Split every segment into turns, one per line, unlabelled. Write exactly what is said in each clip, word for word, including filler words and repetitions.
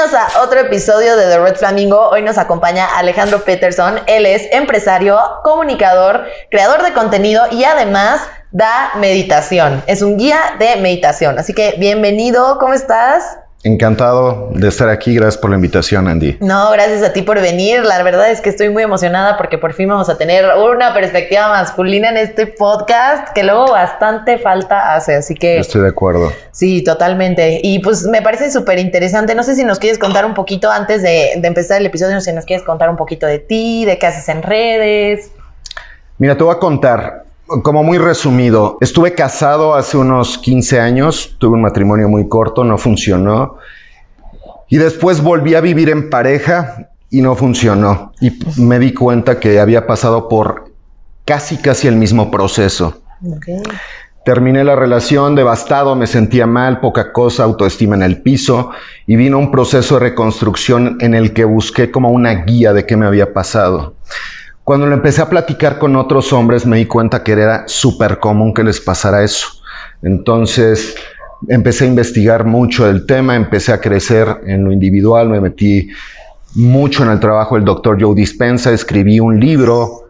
Bienvenidos a otro episodio de The Red Flamingo. Hoy nos acompaña Alejandro Peterson. Él es empresario, comunicador, creador de contenido y además da meditación. Es un guía de meditación. Así que bienvenido, ¿cómo estás?
Encantado de estar aquí, gracias por la invitación, Andy.
No, gracias a ti por venir. La verdad es que estoy muy emocionada porque por fin vamos a tener una perspectiva masculina en este podcast que luego bastante falta hace, así que...
Estoy de acuerdo.
Sí, totalmente. Y pues me parece súper interesante. No sé si nos quieres contar un poquito antes de, de empezar el episodio, no sé si nos quieres contar un poquito de ti, de qué haces en redes.
Mira, te voy a contar, como muy resumido, estuve casado hace unos quince años, tuve un matrimonio muy corto, no funcionó, y después volví a vivir en pareja y no funcionó, y me di cuenta que había pasado por casi casi el mismo proceso.
Okay.
Terminé la relación devastado, me sentía mal, poca cosa, autoestima en el piso, y vino un proceso de reconstrucción en el que busqué como una guía de qué me había pasado. Cuando lo empecé a platicar con otros hombres me di cuenta que era súper común que les pasara eso. Entonces empecé a investigar mucho del tema, empecé a crecer en lo individual, me metí mucho en el trabajo del doctor Joe Dispenza, escribí un libro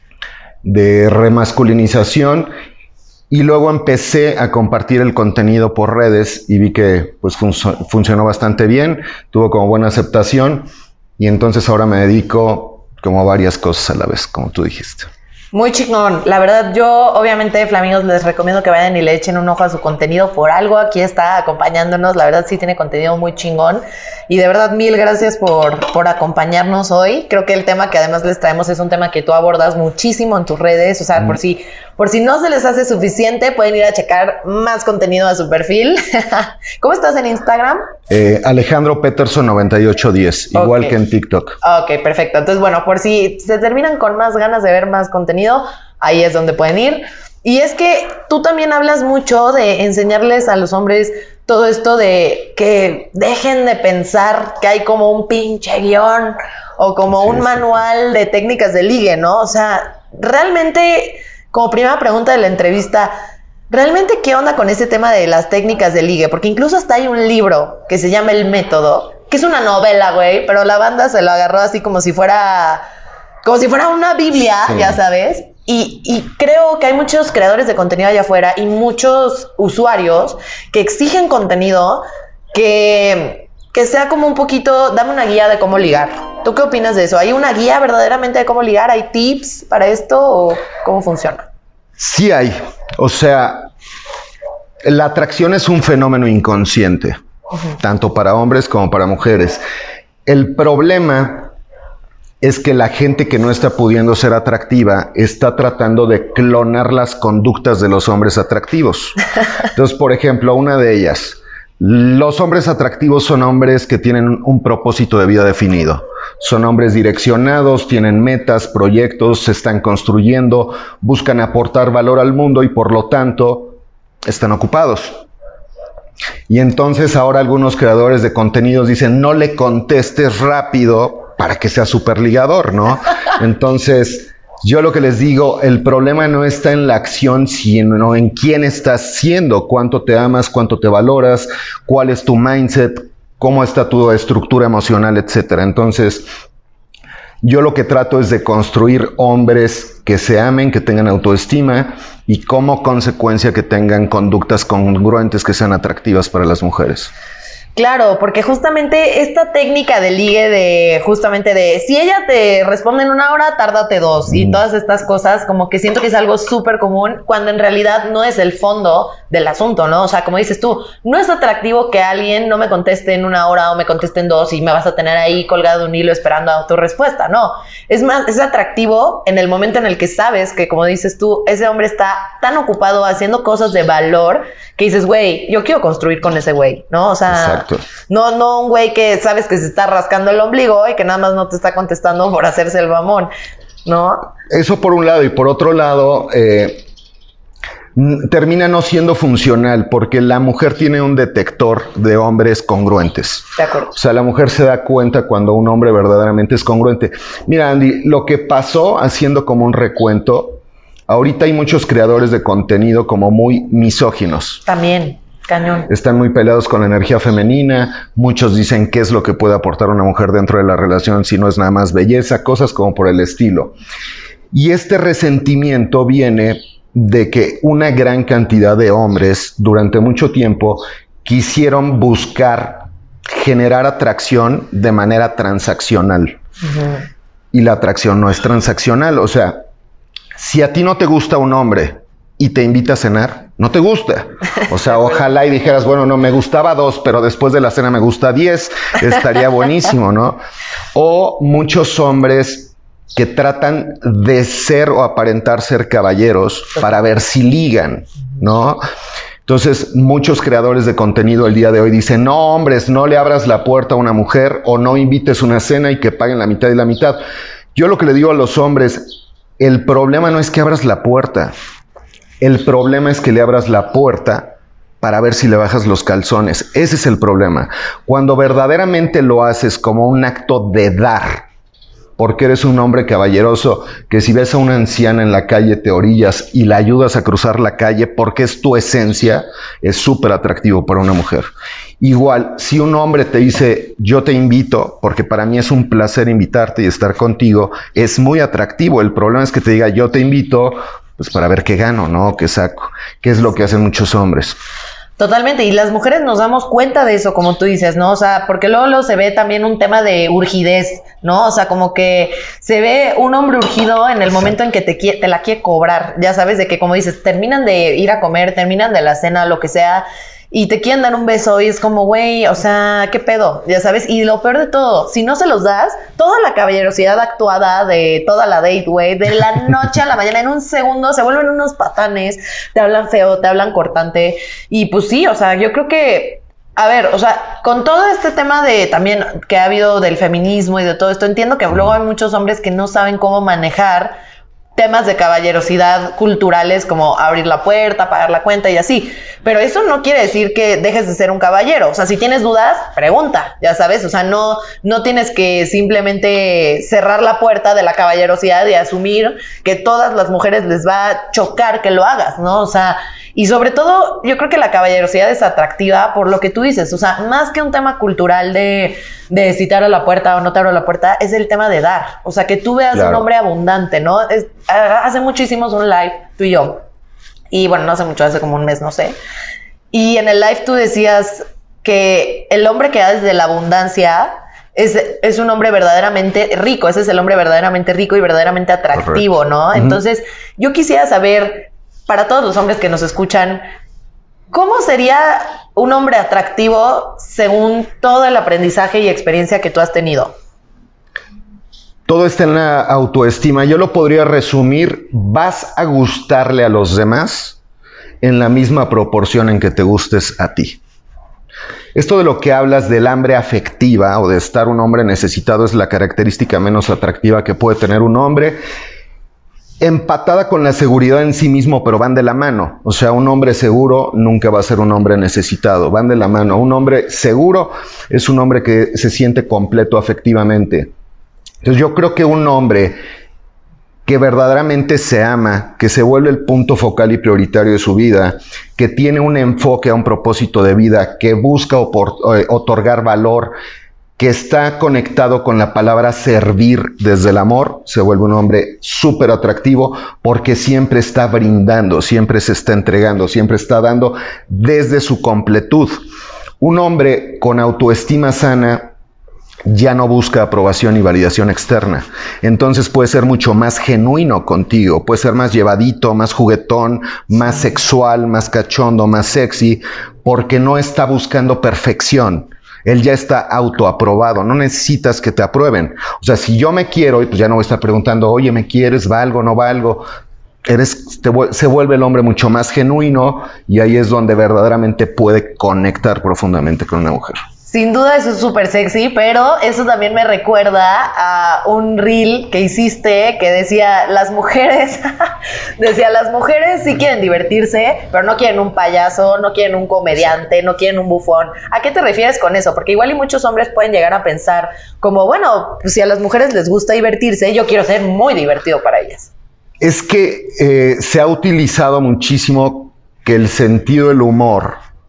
de remasculinización y luego empecé a compartir el contenido por redes y vi que pues, fun- funcionó bastante bien, tuvo como buena aceptación y entonces ahora me dedico como varias cosas a la vez, como tú dijiste.
Muy chingón. La verdad, yo obviamente, Flamingos, les recomiendo que vayan y le echen un ojo a su contenido. Por algo aquí está acompañándonos. La verdad, sí tiene contenido muy chingón. Y de verdad, mil gracias por, por acompañarnos hoy. Creo que el tema que además les traemos es un tema que tú abordas muchísimo en tus redes. O sea, mm. por si, por si no se les hace suficiente, pueden ir a checar más contenido a su perfil. ¿Cómo estás en Instagram?
Eh, Alejandro Peterson noventa y ocho diez, okay. Igual que en TikTok.
Ok, perfecto. Entonces, bueno, por si se terminan con más ganas de ver más contenido, ahí es donde pueden ir. Y es que tú también hablas mucho de enseñarles a los hombres todo esto de que dejen de pensar que hay como un pinche guión o como sí, un manual sí. de técnicas de ligue, ¿no? O sea, realmente, como primera pregunta de la entrevista, ¿realmente qué onda con ese tema de las técnicas de ligue? Porque incluso hasta hay un libro que se llama El Método, que es una novela, güey, pero la banda se lo agarró así como si fuera... como si fuera una Biblia, sí. ya sabes, y, y creo que hay muchos creadores de contenido allá afuera y muchos usuarios que exigen contenido que, que sea como un poquito, dame una guía de cómo ligar. ¿Tú qué opinas de eso? ¿Hay una guía verdaderamente de cómo ligar? ¿Hay tips para esto o cómo funciona?
Sí hay, o sea, la atracción es un fenómeno inconsciente, uh-huh. tanto para hombres como para mujeres. El problema es que la gente que no está pudiendo ser atractiva está tratando de clonar las conductas de los hombres atractivos. Entonces, por ejemplo, una de ellas, los hombres atractivos son hombres que tienen un propósito de vida definido. Son hombres direccionados, tienen metas, proyectos, se están construyendo, buscan aportar valor al mundo y por lo tanto están ocupados. Y entonces ahora algunos creadores de contenidos dicen, no le contestes rápido para que sea superligador, ¿no? Entonces, yo lo que les digo, el problema no está en la acción, sino en quién estás siendo, cuánto te amas, cuánto te valoras, cuál es tu mindset, cómo está tu estructura emocional, etcétera. Entonces, yo lo que trato es de construir hombres que se amen, que tengan autoestima y como consecuencia que tengan conductas congruentes que sean atractivas para las mujeres.
Claro, porque justamente esta técnica de ligue de, justamente de, si ella te responde en una hora, tárdate dos, mm. y todas estas cosas, como que siento que es algo súper común, cuando en realidad no es el fondo del asunto, ¿no? O sea, como dices tú, no es atractivo que alguien no me conteste en una hora o me conteste en dos y me vas a tener ahí colgado un hilo esperando a tu respuesta, no. Es más, es atractivo en el momento en el que sabes que, como dices tú, ese hombre está tan ocupado haciendo cosas de valor que dices, güey, yo quiero construir con ese güey, ¿no? O sea,
exacto.
No, no un güey que sabes que se está rascando el ombligo y que nada más no te está contestando por hacerse el mamón, ¿no?
Eso por un lado, y por otro lado, eh, termina no siendo funcional porque la mujer tiene un detector de hombres congruentes.
De acuerdo.
O sea, la mujer se da cuenta cuando un hombre verdaderamente es congruente. Mira, Andy, lo que pasó, haciendo como un recuento, ahorita hay muchos creadores de contenido como muy misóginos.
También. Cañón.
Están muy peleados con la energía femenina. Muchos dicen qué es lo que puede aportar una mujer dentro de la relación si no es nada más belleza, cosas como por el estilo. Y este resentimiento viene de que una gran cantidad de hombres durante mucho tiempo quisieron buscar generar atracción de manera transaccional. Uh-huh. Y la atracción no es transaccional. O sea, si a ti no te gusta un hombre y te invita a cenar, no te gusta. O sea, ojalá y dijeras, bueno, no, me gustaba dos, pero después de la cena me gusta diez. Estaría buenísimo, ¿no? O muchos hombres que tratan de ser o aparentar ser caballeros para ver si ligan, ¿no? Entonces, muchos creadores de contenido el día de hoy dicen, no, hombres, no le abras la puerta a una mujer o no invites una cena y que paguen la mitad y la mitad. Yo lo que le digo a los hombres, el problema no es que abras la puerta, el problema es que le abras la puerta para ver si le bajas los calzones. Ese es el problema. Cuando verdaderamente lo haces como un acto de dar, porque eres un hombre caballeroso, que si ves a una anciana en la calle te orillas y la ayudas a cruzar la calle porque es tu esencia, es súper atractivo para una mujer. Igual, si un hombre te dice, yo te invito, porque para mí es un placer invitarte y estar contigo, es muy atractivo. El problema es que te diga, yo te invito, pues para ver qué gano, ¿no? ¿Qué saco? ¿Qué es lo que hacen muchos hombres?
Totalmente, y las mujeres nos damos cuenta de eso, como tú dices, ¿no? O sea, porque luego, luego se ve también un tema de urgidez, ¿no? O sea, como que se ve un hombre urgido en el momento en que te, te la quiere cobrar, ya sabes, de que como dices, terminan de ir a comer, terminan de la cena, lo que sea, y te quieren dar un beso y es como, güey, o sea, ¿qué pedo? Ya sabes, y lo peor de todo, si no se los das, toda la caballerosidad actuada de toda la date, güey, de la noche a la mañana, en un segundo, se vuelven unos patanes, te hablan feo, te hablan cortante, y pues sí, o sea, yo creo que, a ver, o sea, con todo este tema de también que ha habido del feminismo y de todo esto, entiendo que luego hay muchos hombres que no saben cómo manejar temas de caballerosidad culturales como abrir la puerta, pagar la cuenta y así, pero eso no quiere decir que dejes de ser un caballero. O sea, si tienes dudas, pregunta, ya sabes, o sea, no, no tienes que simplemente cerrar la puerta de la caballerosidad y asumir que todas las mujeres les va a chocar que lo hagas, ¿no? O sea, y sobre todo, yo creo que la caballerosidad es atractiva por lo que tú dices, o sea, más que un tema cultural de, de si te abro la puerta o no te abro la puerta, es el tema de dar, o sea, que tú veas claro. Un hombre abundante, ¿no? Es, hace mucho hicimos un live, tú y yo, y bueno, no hace mucho, hace como un mes, no sé, y en el live tú decías que el hombre que da desde la abundancia es, es un hombre verdaderamente rico, ese es el hombre verdaderamente rico y verdaderamente atractivo, correcto. ¿No? Uh-huh. Entonces, yo quisiera saber, para todos los hombres que nos escuchan, ¿cómo sería un hombre atractivo según todo el aprendizaje y experiencia que tú has tenido?
Todo está en la autoestima. Yo lo podría resumir, vas a gustarle a los demás en la misma proporción en que te gustes a ti. Esto de lo que hablas del hambre afectiva o de estar un hombre necesitado es la característica menos atractiva que puede tener un hombre, empatada con la seguridad en sí mismo, pero van de la mano. O sea, un hombre seguro nunca va a ser un hombre necesitado, van de la mano. Un hombre seguro es un hombre que se siente completo afectivamente. Entonces yo creo que un hombre que verdaderamente se ama, que se vuelve el punto focal y prioritario de su vida, que tiene un enfoque a un propósito de vida, que busca opor- eh, otorgar valor, que está conectado con la palabra servir desde el amor, se vuelve un hombre súper atractivo porque siempre está brindando, siempre se está entregando, siempre está dando desde su completud. Un hombre con autoestima sana ya no busca aprobación y validación externa. Entonces puede ser mucho más genuino contigo, puede ser más llevadito, más juguetón, más sexual, más cachondo, más sexy, porque no está buscando perfección. Él ya está autoaprobado, no necesitas que te aprueben. O sea, si yo me quiero, pues ya no voy a estar preguntando, oye, ¿me quieres? ¿Valgo? ¿No valgo? Eres, te, se vuelve el hombre mucho más genuino y ahí es donde verdaderamente puede conectar profundamente con una mujer.
Sin duda eso es súper sexy, pero eso también me recuerda a un reel que hiciste que decía, las mujeres, decía, las mujeres sí quieren divertirse, pero no quieren un payaso, no quieren un comediante, no quieren un bufón. ¿A qué te refieres con eso? Porque igual y muchos hombres pueden llegar a pensar como, bueno, pues si a las mujeres les gusta divertirse, yo quiero ser muy divertido para ellas.
Es que eh, se ha utilizado muchísimo que el sentido del humor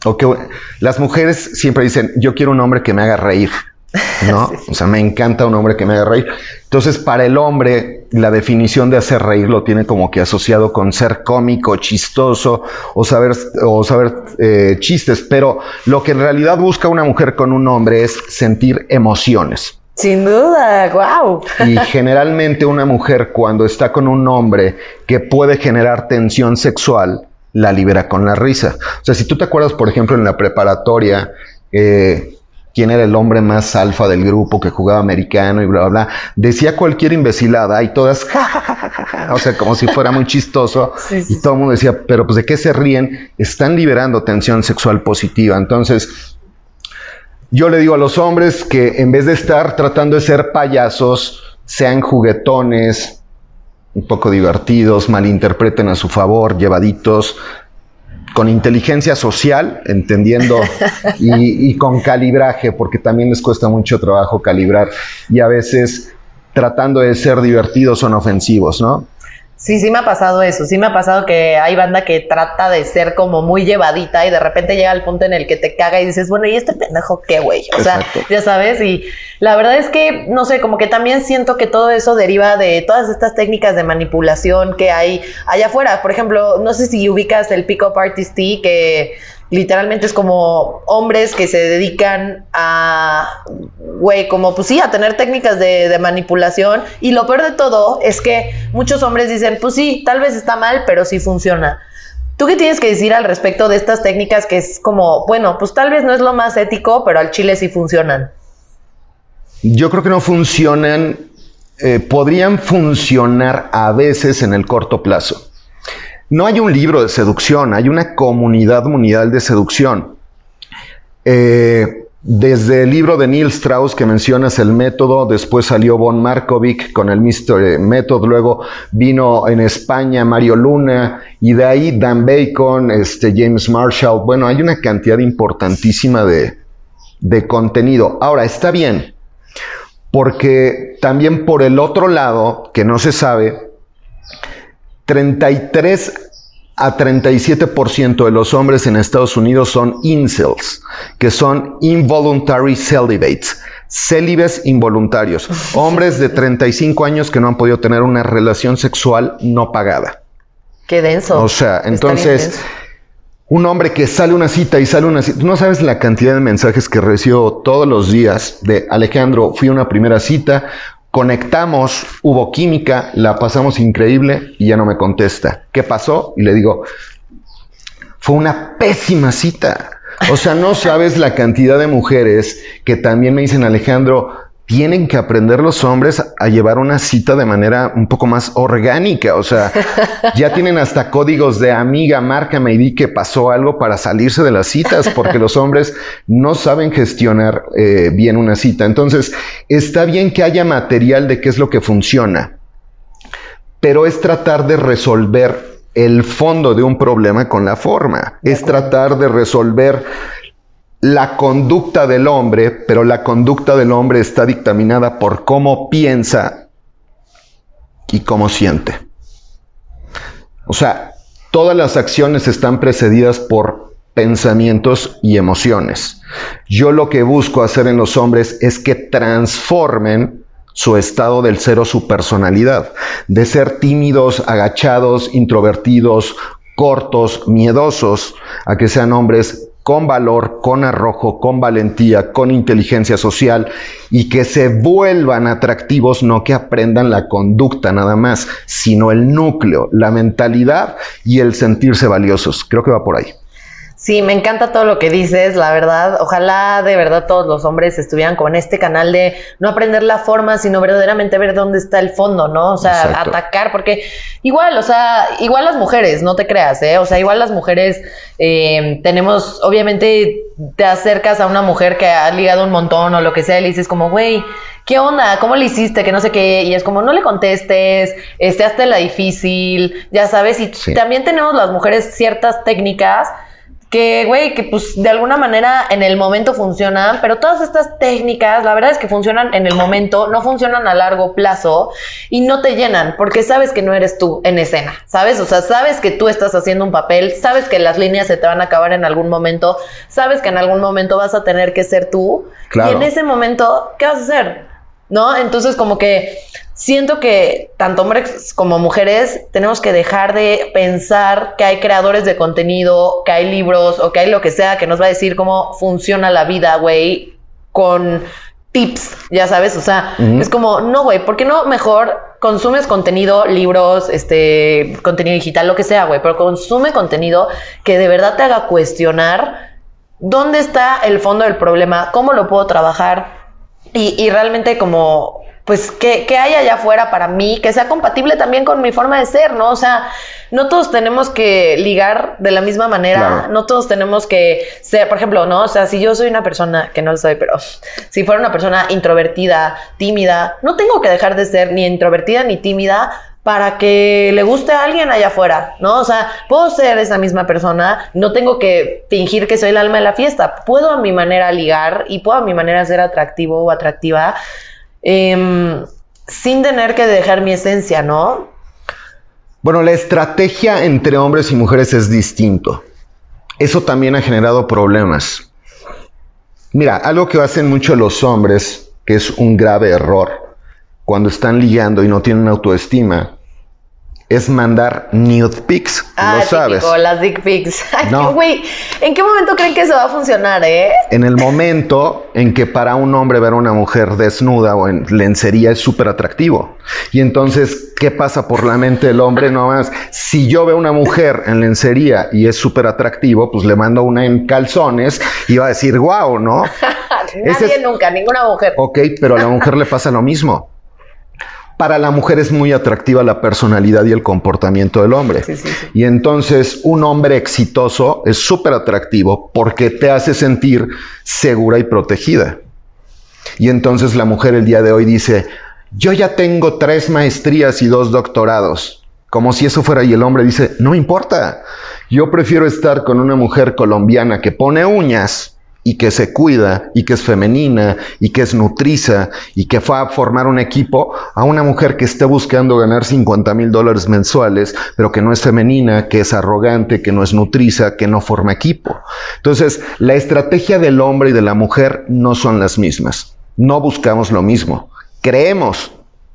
O que las mujeres siempre dicen, yo quiero un hombre que me haga reír, ¿no? Sí, sí. O sea, me encanta un hombre que me haga reír. Entonces, para el hombre, la definición de hacer reír lo tiene como que asociado con ser cómico, chistoso, o saber, o saber eh, chistes. Pero lo que en realidad busca una mujer con un hombre es sentir emociones.
Sin duda, wow.
Y generalmente una mujer cuando está con un hombre que puede generar tensión sexual, la libera con la risa. O sea, si tú te acuerdas, por ejemplo, en la preparatoria, eh, quién era el hombre más alfa del grupo que jugaba americano y bla, bla, bla, decía cualquier imbecilada y todas, ja, ja, ja, ja, ja, o sea, como si fuera muy chistoso. Sí, sí, y todo el mundo decía, pero pues ¿de qué se ríen? Están liberando tensión sexual positiva. Entonces, yo le digo a los hombres que en vez de estar tratando de ser payasos, sean juguetones, un poco divertidos, malinterpreten a su favor, llevaditos, con inteligencia social, entendiendo, y, y con calibraje, porque también les cuesta mucho trabajo calibrar, y a veces tratando de ser divertidos son ofensivos, ¿no?
Sí, sí me ha pasado eso, sí me ha pasado que hay banda que trata de ser como muy llevadita y de repente llega al punto en el que te caga y dices, bueno, ¿y este pendejo qué, güey? O sea, exacto, ya sabes, y la verdad es que, no sé, como que también siento que todo eso deriva de todas estas técnicas de manipulación que hay allá afuera. Por ejemplo, no sé si ubicas el Pick-up Artist que literalmente es como hombres que se dedican a, güey, como pues sí, a tener técnicas de, de manipulación. Y lo peor de todo es que muchos hombres dicen, pues sí, tal vez está mal, pero sí funciona. ¿Tú qué tienes que decir al respecto de estas técnicas que es como, bueno, pues tal vez no es lo más ético, pero al chile sí funcionan?
Yo creo que no funcionan, eh, podrían funcionar a veces en el corto plazo. No hay un libro de seducción, hay una comunidad mundial de seducción. Eh, desde el libro de Neil Strauss que mencionas, El Método, después salió Von Markovic con el Mister Method, luego vino en España Mario Luna, y de ahí Dan Bacon, este, James Marshall. Bueno, hay una cantidad importantísima de, de contenido. Ahora, está bien, porque también por el otro lado, que no se sabe, treinta y tres a treinta y siete por ciento de los hombres en Estados Unidos son incels, que son involuntary celibates, célibes involuntarios, hombres de treinta y cinco años que no han podido tener una relación sexual no pagada.
Qué denso.
O sea, entonces, un hombre que sale a una cita y sale a una cita, no sabes la cantidad de mensajes que recibo todos los días de Alejandro, fui a una primera cita, conectamos, hubo química, la pasamos increíble y ya no me contesta. ¿Qué pasó? Y le digo, fue una pésima cita. O sea, no sabes la cantidad de mujeres que también me dicen, Alejandro, tienen que aprender los hombres a llevar una cita de manera un poco más orgánica. O sea, ya tienen hasta códigos de amiga, márcame y di que pasó algo para salirse de las citas, porque los hombres no saben gestionar eh, bien una cita. Entonces, está bien que haya material de qué es lo que funciona, pero es tratar de resolver el fondo de un problema con la forma. Es tratar de resolver la conducta del hombre, pero la conducta del hombre está dictaminada por cómo piensa y cómo siente. O sea, todas las acciones están precedidas por pensamientos y emociones. Yo lo que busco hacer en los hombres es que transformen su estado del ser o su personalidad, de ser tímidos, agachados, introvertidos, cortos, miedosos, a que sean hombres con valor, con arrojo, con valentía, con inteligencia social, y que se vuelvan atractivos, no que aprendan la conducta nada más, sino el núcleo, la mentalidad y el sentirse valiosos. Creo que va por ahí.
Sí, me encanta todo lo que dices, la verdad. Ojalá de verdad todos los hombres estuvieran con este canal de no aprender la forma, sino verdaderamente ver dónde está el fondo, ¿no? O sea, exacto, atacar, porque igual, o sea, igual las mujeres, no te creas, ¿eh? O sea, igual las mujeres eh, tenemos, obviamente te acercas a una mujer que ha ligado un montón o lo que sea y le dices como, güey, ¿qué onda? ¿Cómo le hiciste? Que no sé qué. Y es como, no le contestes, este, hazte la difícil, ya sabes. Y sí, también tenemos las mujeres ciertas técnicas que, güey, que pues de alguna manera en el momento funcionan, pero todas estas técnicas, la verdad es que funcionan en el momento, no funcionan a largo plazo y no te llenan, porque sabes que no eres tú en escena, ¿sabes? O sea, sabes que tú estás haciendo un papel, sabes que las líneas se te van a acabar en algún momento, sabes que en algún momento vas a tener que ser tú, claro. Y en ese momento, ¿qué vas a hacer? ¿No? Entonces, como que siento que tanto hombres como mujeres tenemos que dejar de pensar que hay creadores de contenido, que hay libros o que hay lo que sea que nos va a decir cómo funciona la vida, güey, con tips, ya sabes, o sea, uh-huh. Es como, no, güey, ¿por qué no mejor consumes contenido, libros, este, contenido digital, lo que sea, güey, pero consume contenido que de verdad te haga cuestionar dónde está el fondo del problema, cómo lo puedo trabajar y, y realmente como... pues que, que hay allá afuera para mí, que sea compatible también con mi forma de ser, ¿no? O sea, no todos tenemos que ligar de la misma manera, claro. No todos tenemos que ser, por ejemplo, ¿no? O sea, si yo soy una persona, que no lo soy, pero si fuera una persona introvertida, tímida, no tengo que dejar de ser ni introvertida ni tímida para que le guste a alguien allá afuera, ¿no? O sea, puedo ser esa misma persona, no tengo que fingir que soy el alma de la fiesta, puedo a mi manera ligar y puedo a mi manera ser atractivo o atractiva, Eh, sin tener que dejar mi esencia, ¿no?
Bueno, la estrategia entre hombres y mujeres es distinto. Eso también ha generado problemas. Mira, algo que hacen mucho los hombres, que es un grave error, cuando están ligando y no tienen autoestima, es mandar nude pics,
ah,
lo sabes.
Típico, las dick pics. Ay,
no.
Güey, ¿en qué momento creen que eso va a funcionar, eh?
En el momento en que para un hombre ver a una mujer desnuda o en lencería es súper atractivo. Y entonces, ¿qué pasa por la mente del hombre? No más, si yo veo una mujer en lencería y es súper atractivo, pues le mando una en calzones y va a decir, wow, ¿no?
Nadie es... nunca, ninguna mujer.
Ok, pero a la mujer le pasa lo mismo. Para la mujer es muy atractiva la personalidad y el comportamiento del hombre.
Sí, sí, sí.
Y entonces un hombre exitoso es súper atractivo porque te hace sentir segura y protegida. Y entonces la mujer el día de hoy dice, yo ya tengo tres maestrías y dos doctorados. Como si eso fuera, y el hombre dice, no me importa. Yo prefiero estar con una mujer colombiana que pone uñas y que se cuida, y que es femenina, y que es nutriza, y que va a formar un equipo, a una mujer que esté buscando ganar cincuenta mil dólares mensuales, pero que no es femenina, que es arrogante, que no es nutriza, que no forma equipo. Entonces, la estrategia del hombre y de la mujer no son las mismas. No buscamos lo mismo. Creemos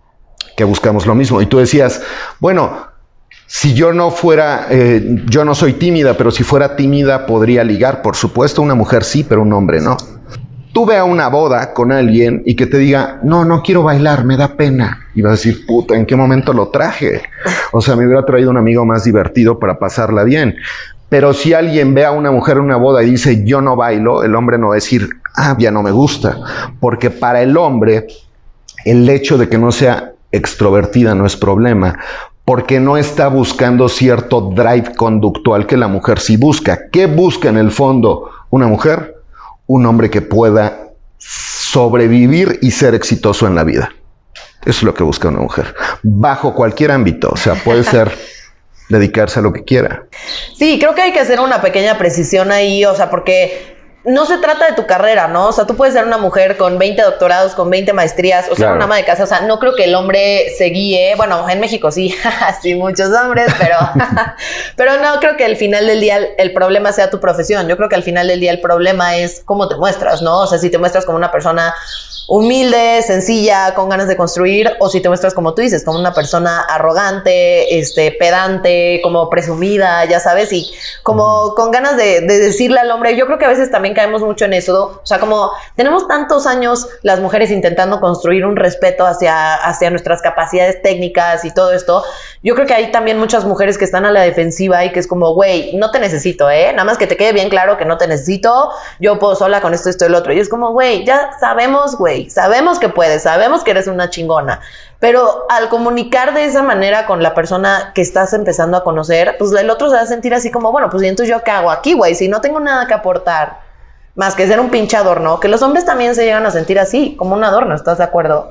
que buscamos lo mismo. Y tú decías, bueno, si yo no fuera, eh, yo no soy tímida, pero si fuera tímida podría ligar. Por supuesto, una mujer sí, pero un hombre no. Tú ve a una boda con alguien y que te diga, no, no quiero bailar, me da pena. Y vas a decir, puta, ¿en qué momento lo traje? O sea, me hubiera traído un amigo más divertido para pasarla bien. Pero si alguien ve a una mujer en una boda y dice, yo no bailo, el hombre no va a decir, ah, ya no me gusta. Porque para el hombre, el hecho de que no sea extrovertida no es problema, porque no está buscando cierto drive conductual que la mujer sí busca. ¿Qué busca en el fondo una mujer? Un hombre que pueda sobrevivir y ser exitoso en la vida. Eso es lo que busca una mujer, bajo cualquier ámbito. O sea, puede ser dedicarse a lo que quiera.
Sí, creo que hay que hacer una pequeña precisión ahí, o sea, porque no se trata de tu carrera, ¿no? O sea, tú puedes ser una mujer con veinte doctorados, con veinte maestrías, o sea, claro, una ama de casa. O sea, no creo que el hombre se guíe. Bueno, en México sí, sí, muchos hombres, pero, pero no creo que al final del día el, el problema sea tu profesión. Yo creo que al final del día el problema es cómo te muestras, ¿no? O sea, si te muestras como una persona humilde, sencilla, con ganas de construir, o si te muestras como tú dices, como una persona arrogante, este, pedante, como presumida, ya sabes, y como con ganas de, de decirle al hombre. Yo creo que a veces también caemos mucho en eso, o sea, como tenemos tantos años las mujeres intentando construir un respeto hacia, hacia nuestras capacidades técnicas y todo esto. Yo creo que hay también muchas mujeres que están a la defensiva y que es como, güey, no te necesito, ¿eh? Nada más que te quede bien claro que no te necesito, yo puedo sola con esto, esto y el otro. Y es como, güey, ya sabemos, güey, sabemos que puedes, sabemos que eres una chingona, pero al comunicar de esa manera con la persona que estás empezando a conocer, pues el otro se va a sentir así como, bueno, pues ¿y entonces yo qué hago aquí, güey? Si no tengo nada que aportar, más que ser un pinche adorno. Que los hombres también se llegan a sentir así, como un adorno, ¿estás de acuerdo?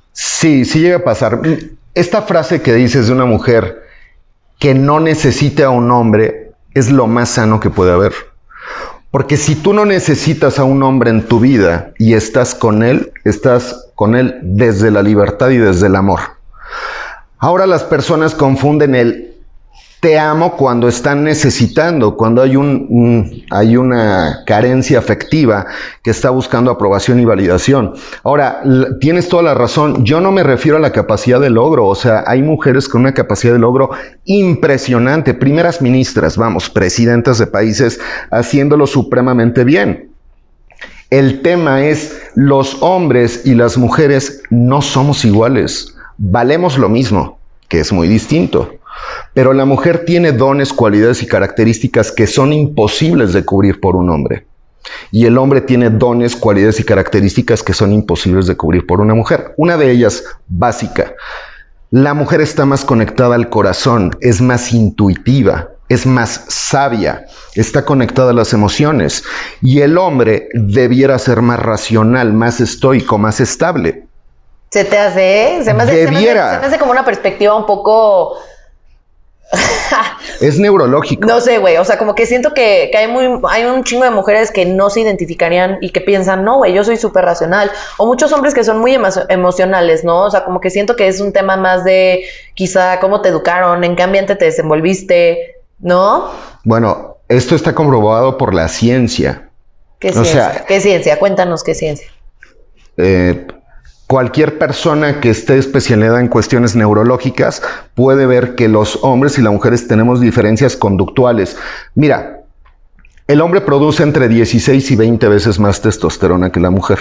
Sí, sí llega a pasar. Esta frase que dices de una mujer que no necesita a un hombre es lo más sano que puede haber. Porque si tú no necesitas a un hombre en tu vida y estás con él, estás con él desde la libertad y desde el amor. Ahora las personas confunden el te amo cuando están necesitando, cuando hay, un, un, hay una carencia afectiva que está buscando aprobación y validación. Ahora, tienes toda la razón, yo no me refiero a la capacidad de logro, o sea, hay mujeres con una capacidad de logro impresionante, primeras ministras, vamos, presidentas de países haciéndolo supremamente bien. El tema es, los hombres y las mujeres no somos iguales, valemos lo mismo, que es muy distinto. Pero la mujer tiene dones, cualidades y características que son imposibles de cubrir por un hombre. Y el hombre tiene dones, cualidades y características que son imposibles de cubrir por una mujer. Una de ellas, básica. La mujer está más conectada al corazón, es más intuitiva, es más sabia, está conectada a las emociones. Y el hombre debiera ser más racional, más estoico, más estable.
¿Se te hace? Se me hace, se me hace, se me hace como una perspectiva un poco...
Es neurológico.
No sé, güey, o sea, como que siento que, que hay, muy, hay un chingo de mujeres que no se identificarían y que piensan, no, güey, yo soy súper racional. O muchos hombres que son muy emo emocionales, ¿no? O sea, como que siento que es un tema más de quizá cómo te educaron, en qué ambiente te desenvolviste, ¿no?
Bueno, esto está comprobado por la ciencia.
¿Qué ciencia? O sea, ¿qué ciencia? Cuéntanos qué ciencia.
Eh... Cualquier persona que esté especializada en cuestiones neurológicas puede ver que los hombres y las mujeres tenemos diferencias conductuales. Mira, el hombre produce entre dieciséis y veinte veces más testosterona que la mujer.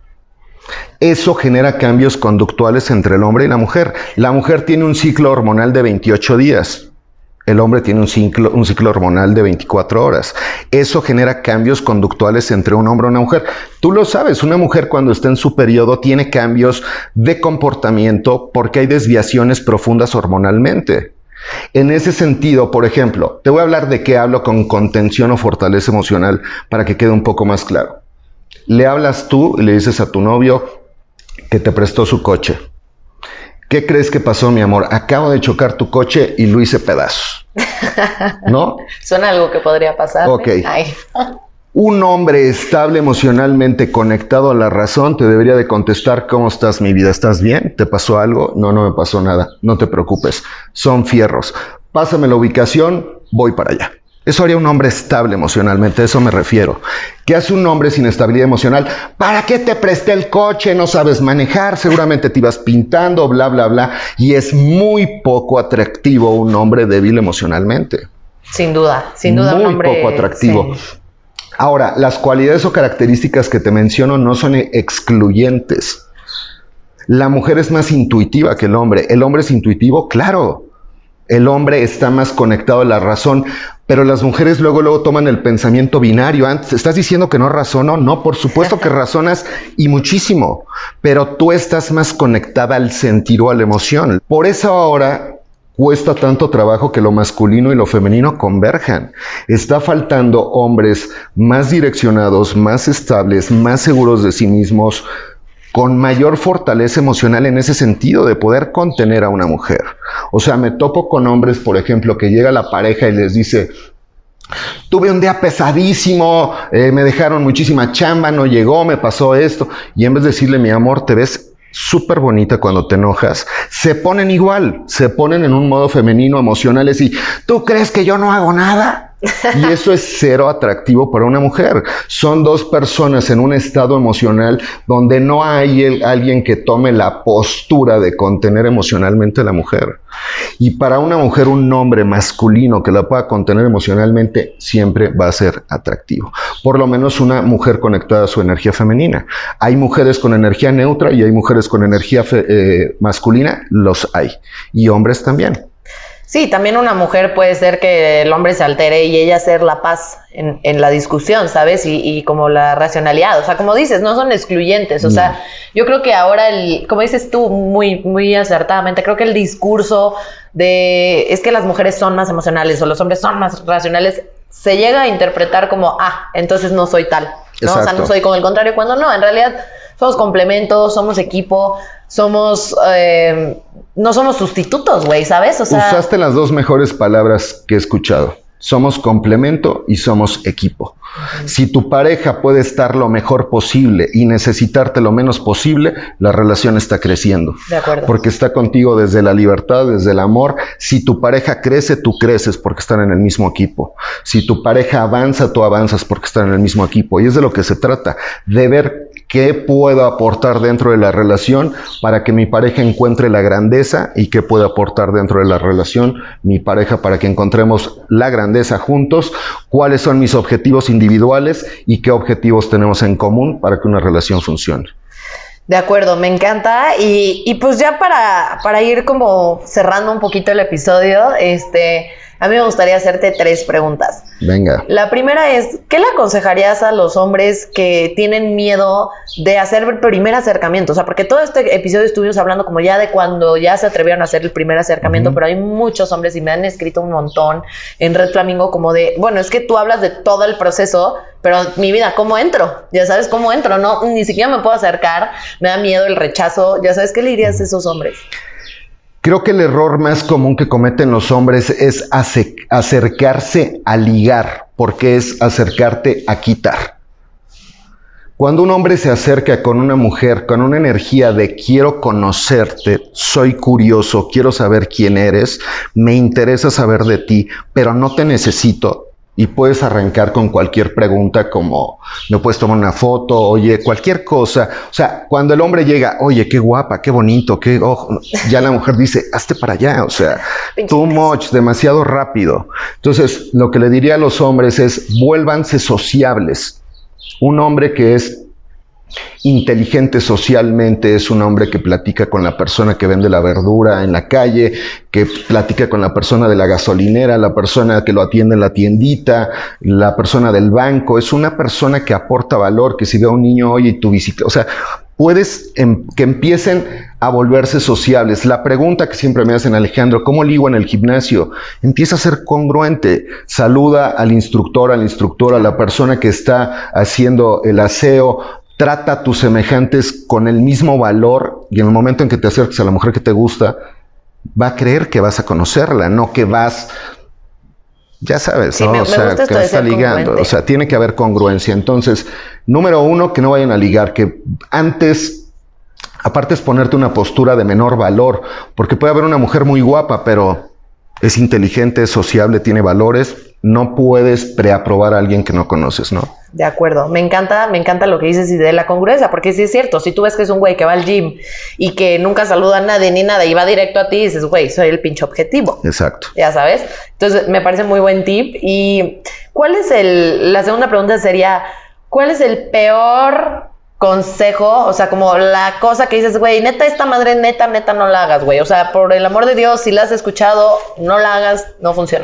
Eso genera cambios conductuales entre el hombre y la mujer. La mujer tiene un ciclo hormonal de veintiocho días. El hombre tiene un ciclo, un ciclo hormonal de veinticuatro horas. Eso genera cambios conductuales entre un hombre y una mujer. Tú lo sabes, una mujer cuando está en su periodo tiene cambios de comportamiento porque hay desviaciones profundas hormonalmente. En ese sentido, por ejemplo, te voy a hablar de qué hablo con contención o fortaleza emocional para que quede un poco más claro. Le hablas tú y le dices a tu novio que te prestó su coche. ¿Qué crees que pasó, mi amor? Acabo de chocar tu coche y lo hice pedazos. ¿No?
Suena algo que podría pasar.
Ok. Ay. Un hombre estable emocionalmente conectado a la razón te debería de contestar, ¿cómo estás, mi vida? ¿Estás bien? ¿Te pasó algo? No, no me pasó nada. No te preocupes. Son fierros. Pásame la ubicación, voy para allá. Eso haría un hombre estable emocionalmente, a eso me refiero. ¿Qué hace un hombre sin estabilidad emocional? ¿Para qué te presté el coche? No sabes manejar, seguramente te ibas pintando, bla, bla, bla. Y es muy poco atractivo un hombre débil emocionalmente.
Sin duda, sin duda.
Muy
un hombre,
poco atractivo. Sí. Ahora, las cualidades o características que te menciono no son excluyentes. La mujer es más intuitiva que el hombre. ¿El hombre es intuitivo? Claro. El hombre está más conectado a la razón, pero las mujeres luego, luego toman el pensamiento binario. ¿Estás diciendo que no razono? No, por supuesto que razonas y muchísimo, pero tú estás más conectada al sentir o a la emoción. Por eso ahora cuesta tanto trabajo que lo masculino y lo femenino converjan. Está faltando hombres más direccionados, más estables, más seguros de sí mismos, con mayor fortaleza emocional en ese sentido de poder contener a una mujer. O sea, me topo con hombres, por ejemplo, que llega la pareja y les dice, tuve un día pesadísimo, eh, me dejaron muchísima chamba, no llegó, me pasó esto. Y en vez de decirle, mi amor, te ves súper bonita cuando te enojas, se ponen igual, se ponen en un modo femenino, emocionales y, ¿tú crees que yo no hago nada? Y eso es cero atractivo para una mujer. Son dos personas en un estado emocional donde no hay el, alguien que tome la postura de contener emocionalmente a la mujer. Y para una mujer, un hombre masculino que la pueda contener emocionalmente siempre va a ser atractivo. Por lo menos una mujer conectada a su energía femenina. Hay mujeres con energía neutra y hay mujeres con energía fe, eh, masculina, los hay. Y hombres también.
Sí, también una mujer puede ser que el hombre se altere y ella hacer la paz en, en la discusión, ¿sabes? Y, y como la racionalidad, o sea, como dices, no son excluyentes, o no. sea, yo creo que ahora, el, como dices tú muy, muy acertadamente, creo que el discurso de es que las mujeres son más emocionales o los hombres son más racionales, se llega a interpretar como, ah, entonces no soy tal, ¿no? O sea, no soy con el contrario, cuando no, en realidad somos complementos, somos equipo, somos, eh, no somos sustitutos, güey, ¿sabes? O sea,
usaste las dos mejores palabras que he escuchado. Somos complemento y somos equipo. Uh-huh. Si tu pareja puede estar lo mejor posible y necesitarte lo menos posible, la relación está creciendo.
De acuerdo.
Porque está contigo desde la libertad, desde el amor. Si tu pareja crece, tú creces porque están en el mismo equipo. Si tu pareja avanza, tú avanzas porque están en el mismo equipo. Y es de lo que se trata, de ver qué puedo aportar dentro de la relación para que mi pareja encuentre la grandeza y qué puedo aportar dentro de la relación mi pareja para que encontremos la grandeza juntos, cuáles son mis objetivos individuales y qué objetivos tenemos en común para que una relación funcione.
De acuerdo, me encanta. Y, y pues ya para, para ir como cerrando un poquito el episodio, este, a mí me gustaría hacerte tres preguntas.
Venga.
La primera es, ¿qué le aconsejarías a los hombres que tienen miedo de hacer el primer acercamiento? O sea, porque todo este episodio estuvimos hablando como ya de cuando ya se atrevieron a hacer el primer acercamiento, uh-huh. pero hay muchos hombres y me han escrito un montón en Red Flamingo como de, bueno, es que tú hablas de todo el proceso, pero mi vida, ¿cómo entro? Ya sabes cómo entro, no, ni siquiera me puedo acercar, me da miedo el rechazo, ya sabes, ¿qué le dirías a esos hombres?
Creo que el error más común que cometen los hombres es ace- acercarse a ligar, porque es acercarte a quitar. Cuando un hombre se acerca con una mujer con una energía de quiero conocerte, soy curioso, quiero saber quién eres, me interesa saber de ti, pero no te necesito, y puedes arrancar con cualquier pregunta como, ¿me puedes tomar una foto? Oye, cualquier cosa. O sea, cuando el hombre llega, oye, qué guapa, qué bonito, qué ojo, ya la mujer dice, hazte para allá. O sea, too much, demasiado rápido. Entonces, lo que le diría a los hombres es, vuélvanse sociables. Un hombre que es inteligente socialmente es un hombre que platica con la persona que vende la verdura en la calle, que platica con la persona de la gasolinera, la persona que lo atiende en la tiendita, la persona del banco. Es una persona que aporta valor, que si ve a un niño, oye, tu bicicleta, o sea, puedes em, que empiecen a volverse sociables. La pregunta que siempre me hacen, Alejandro, ¿cómo ligo en el gimnasio? Empieza a ser congruente. Saluda al instructor, al instructor, a la persona que está haciendo el aseo. Trata a tus semejantes con el mismo valor y en el momento en que te acerques a la mujer que te gusta, va a creer que vas a conocerla, no que vas, ya sabes,
sí,
¿no?
Me,
o sea,
me
que vas a estar ligando.
Congruente.
O sea, tiene que haber congruencia. Entonces, número uno, que no vayan a ligar, que antes, aparte es ponerte una postura de menor valor, porque puede haber una mujer muy guapa, pero es inteligente, es sociable, tiene valores. No puedes preaprobar a alguien que no conoces, ¿no?
De acuerdo, me encanta, me encanta lo que dices y de la congruencia, porque sí es cierto, si tú ves que es un güey que va al gym y que nunca saluda a nadie ni nada y va directo a ti, dices, güey, soy el pinche objetivo.
Exacto.
Ya sabes, entonces me parece muy buen tip. Y ¿cuál es el, la segunda pregunta sería, ¿cuál es el peor consejo? O sea, como la cosa que dices, güey, neta, esta madre, neta, neta, no la hagas, güey. O sea, por el amor de Dios, si la has escuchado, no la hagas, no funciona.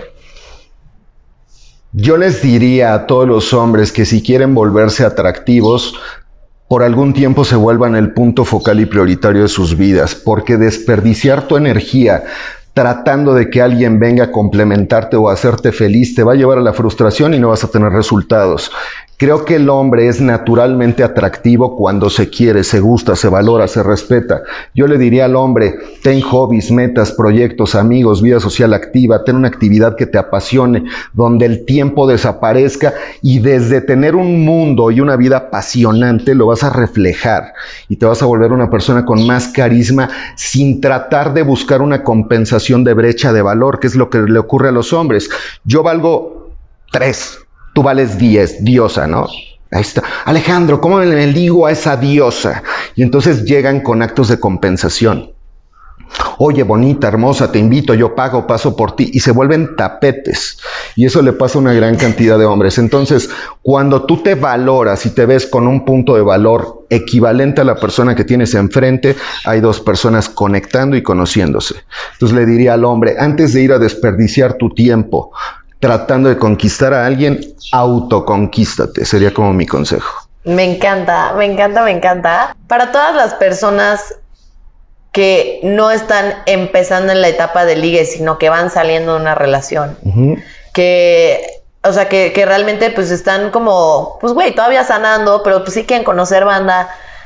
Yo les diría a todos los hombres que si quieren volverse atractivos, por algún tiempo se vuelvan el punto focal y prioritario de sus vidas, porque desperdiciar tu energía tratando de que alguien venga a complementarte o a hacerte feliz te va a llevar a la frustración y no vas a tener resultados. Creo que el hombre es naturalmente atractivo cuando se quiere, se gusta, se valora, se respeta. Yo le diría al hombre, ten hobbies, metas, proyectos, amigos, vida social activa, ten una actividad que te apasione, donde el tiempo desaparezca y desde tener un mundo y una vida apasionante lo vas a reflejar y te vas a volver una persona con más carisma sin tratar de buscar una compensación de brecha de valor, que es lo que le ocurre a los hombres. Yo valgo tres. Tú vales diez, diosa, ¿no? Ahí está. Alejandro, ¿cómo le digo a esa diosa? Y entonces llegan con actos de compensación. Oye, bonita, hermosa, te invito, yo pago, paso por ti. Y se vuelven tapetes. Y eso le pasa a una gran cantidad de hombres. Entonces, cuando tú te valoras y te ves con un punto de valor equivalente a la persona que tienes enfrente, hay dos personas conectando y conociéndose. Entonces le diría al hombre, antes de ir a desperdiciar tu tiempo tratando de conquistar a alguien, autoconquístate, sería como mi consejo.
Me encanta, me encanta, me encanta. Para todas las personas que no están empezando en la etapa de ligue, sino que van saliendo de una relación, uh-huh. que, o sea, que, que realmente pues están como, pues güey, todavía sanando, pero pues sí quieren conocer banda.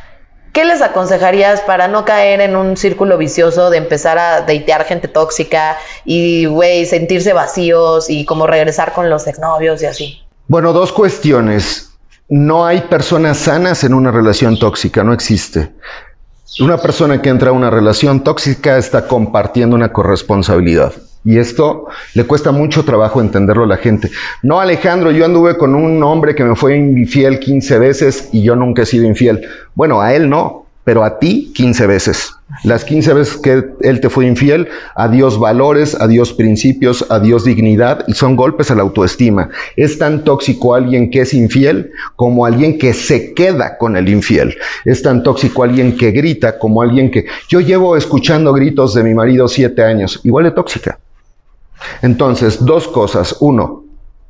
¿qué les aconsejarías para no caer en un círculo vicioso de empezar a datear gente tóxica y, güey, sentirse vacíos y como regresar con los exnovios y así?
Bueno, dos cuestiones. No hay personas sanas en una relación tóxica, no existe. Una persona que entra a una relación tóxica está compartiendo una corresponsabilidad. Y esto le cuesta mucho trabajo entenderlo a la gente. No, Alejandro, yo anduve con un hombre que me fue infiel quince veces y yo nunca he sido infiel. Bueno, a él no, pero a ti quince veces. Las quince veces que él te fue infiel, adiós valores, adiós principios, adiós dignidad, y son golpes a la autoestima. Es tan tóxico alguien que es infiel como alguien que se queda con el infiel. Es tan tóxico alguien que grita como alguien que... Yo llevo escuchando gritos de mi marido siete años, igual de tóxica. Entonces, dos cosas. Uno,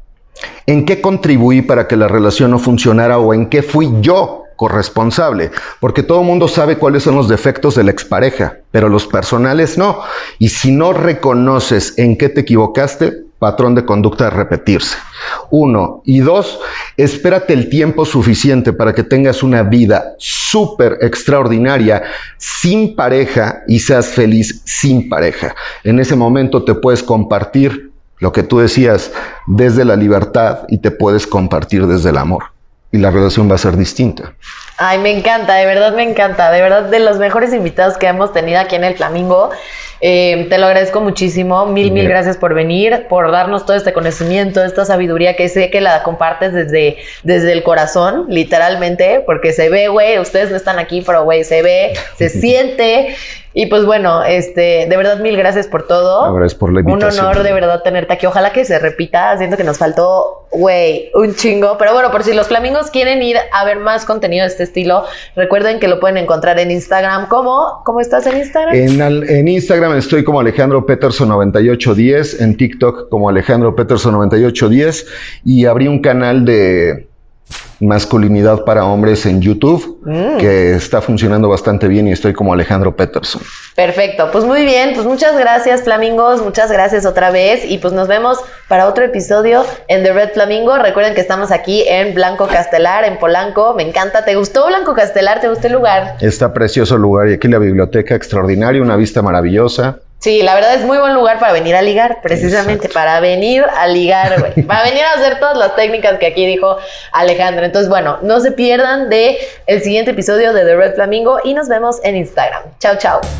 ¿en qué contribuí para que la relación no funcionara o en qué fui yo corresponsable? Porque todo el mundo sabe cuáles son los defectos de la expareja, pero los personales no. Y si no reconoces en qué te equivocaste, patrón de conducta de repetirse. Uno. Y dos, espérate el tiempo suficiente para que tengas una vida súper extraordinaria sin pareja y seas feliz sin pareja. En ese momento te puedes compartir lo que tú decías desde la libertad y te puedes compartir desde el amor. Y la relación va a ser distinta.
Ay, me encanta, de verdad me encanta. De verdad, de los mejores invitados que hemos tenido aquí en El Flamingo. Eh, te lo agradezco muchísimo. Mil, mil gracias por venir, por darnos todo este conocimiento, esta sabiduría que sé que la compartes desde, desde el corazón, literalmente, porque se ve, güey, ustedes no están aquí, pero, güey, se ve, se siente. Y pues bueno, este, de verdad, mil gracias por todo.
Gracias por la invitación.
Un honor de verdad tenerte aquí. Ojalá que se repita. Siento que nos faltó, güey, un chingo. Pero bueno, por si los flamingos quieren ir a ver más contenido de este estilo, recuerden que lo pueden encontrar en Instagram. ¿Cómo? ¿Cómo estás en Instagram?
En, al, en Instagram estoy como Alejandro Peterson noventa y ocho diez, en TikTok como Alejandro Peterson noventa y ocho diez, y abrí un canal de masculinidad para hombres en YouTube mm. que está funcionando bastante bien y estoy como Alejandro Peterson.
Perfecto, pues muy bien, pues muchas gracias, Flamingos, muchas gracias otra vez y pues nos vemos para otro episodio en The Red Flamingo. Recuerden que estamos aquí en Blanco Castelar, en Polanco. Me encanta. ¿Te gustó Blanco Castelar? ¿Te gustó el lugar?
Está precioso el lugar y aquí la biblioteca extraordinaria, una vista maravillosa.
Sí, la verdad es muy buen lugar para venir a ligar, precisamente. Exacto. Para venir a ligar, güey. Para venir a hacer todas las técnicas que aquí dijo Alejandro. Entonces, bueno, no se pierdan de el siguiente episodio de The Red Flamingo y nos vemos en Instagram. Chao, chao.